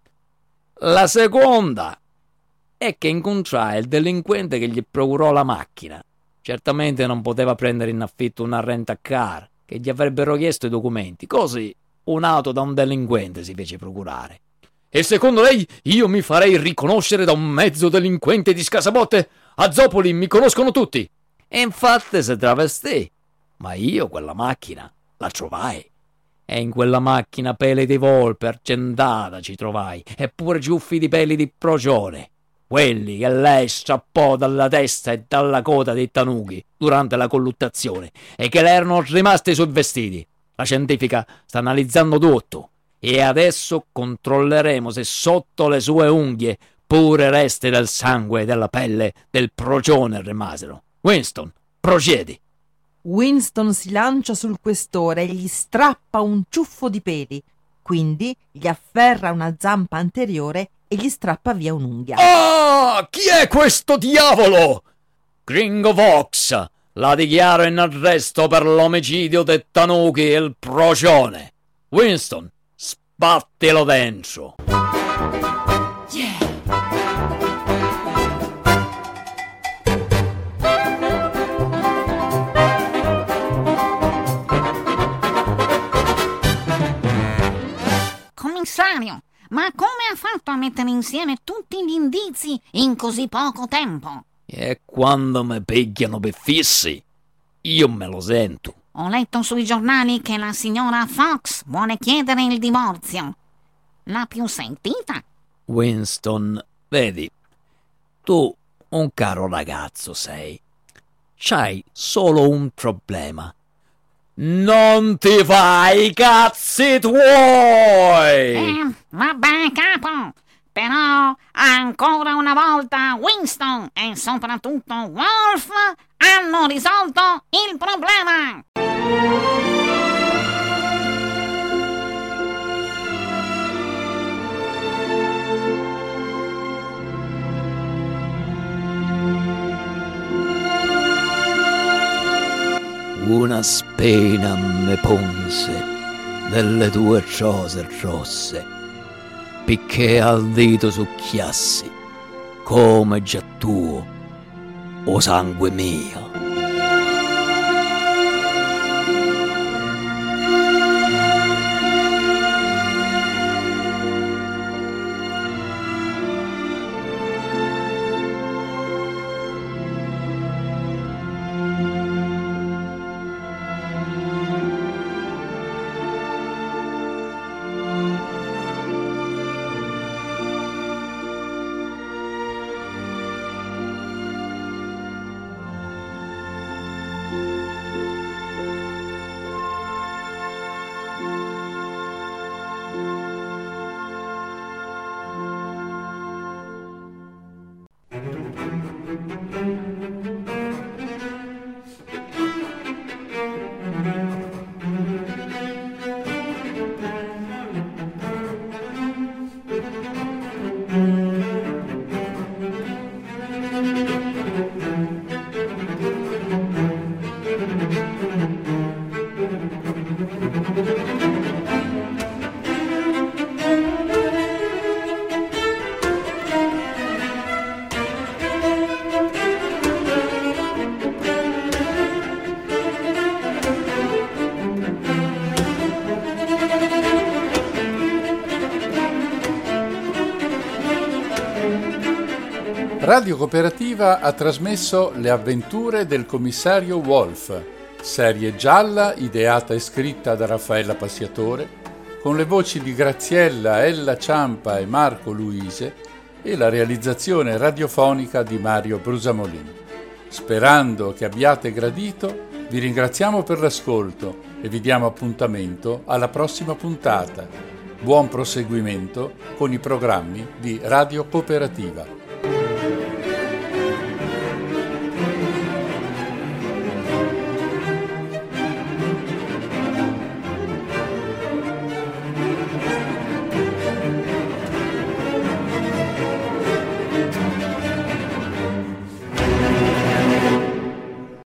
La seconda è che incontrai il delinquente che gli procurò la macchina. Certamente non poteva prendere in affitto una rent-a-car che gli avrebbero chiesto i documenti, così un'auto da un delinquente si fece procurare. E secondo lei io mi farei riconoscere da un mezzo delinquente di scasabotte? A Zopoli mi conoscono tutti. E infatti si travestì, ma io quella macchina la trovai. E in quella macchina peli di volpe argentata ci trovai, eppure ciuffi di peli di procione, quelli che lei strappò dalla testa e dalla coda dei Tanuki durante la colluttazione e che le erano rimasti sui vestiti. La scientifica sta analizzando tutto e adesso controlleremo se sotto le sue unghie pure resti del sangue e della pelle del procione rimasero. Winston, procedi. Winston si lancia sul questore e gli strappa un ciuffo di peli, quindi gli afferra una zampa anteriore e gli strappa via un'unghia. Ah, chi è questo diavolo? Gringo Fox, la dichiaro in arresto per l'omicidio di Tanuki e il procione. Winston, sbattilo dentro. Commissario, ma come ha fatto a mettere insieme tutti gli indizi in così poco tempo? E quando mi pigliano per fissi, io me lo sento. Ho letto sui giornali che la signora Fox vuole chiedere il divorzio. L'ha più sentita? Winston, vedi, tu un caro ragazzo sei. C'hai solo un problema. Non ti fai i cazzi tuoi! Eh, vabbè, capo. Però, ancora una volta, Winston e soprattutto Wolf hanno risolto il problema! Una spina me ponse delle tue rose rosse, picché al dito succhiassi, come già tuo, o sangue mio. Radio Cooperativa ha trasmesso Le avventure del commissario Wolf, serie gialla ideata e scritta da Raffaella Passiatore, con le voci di Graziella, Ella Ciampa e Marco Luise e la realizzazione radiofonica di Mario Brusamolin. Sperando che abbiate gradito, vi ringraziamo per l'ascolto e vi diamo appuntamento alla prossima puntata. Buon proseguimento con i programmi di Radio Cooperativa.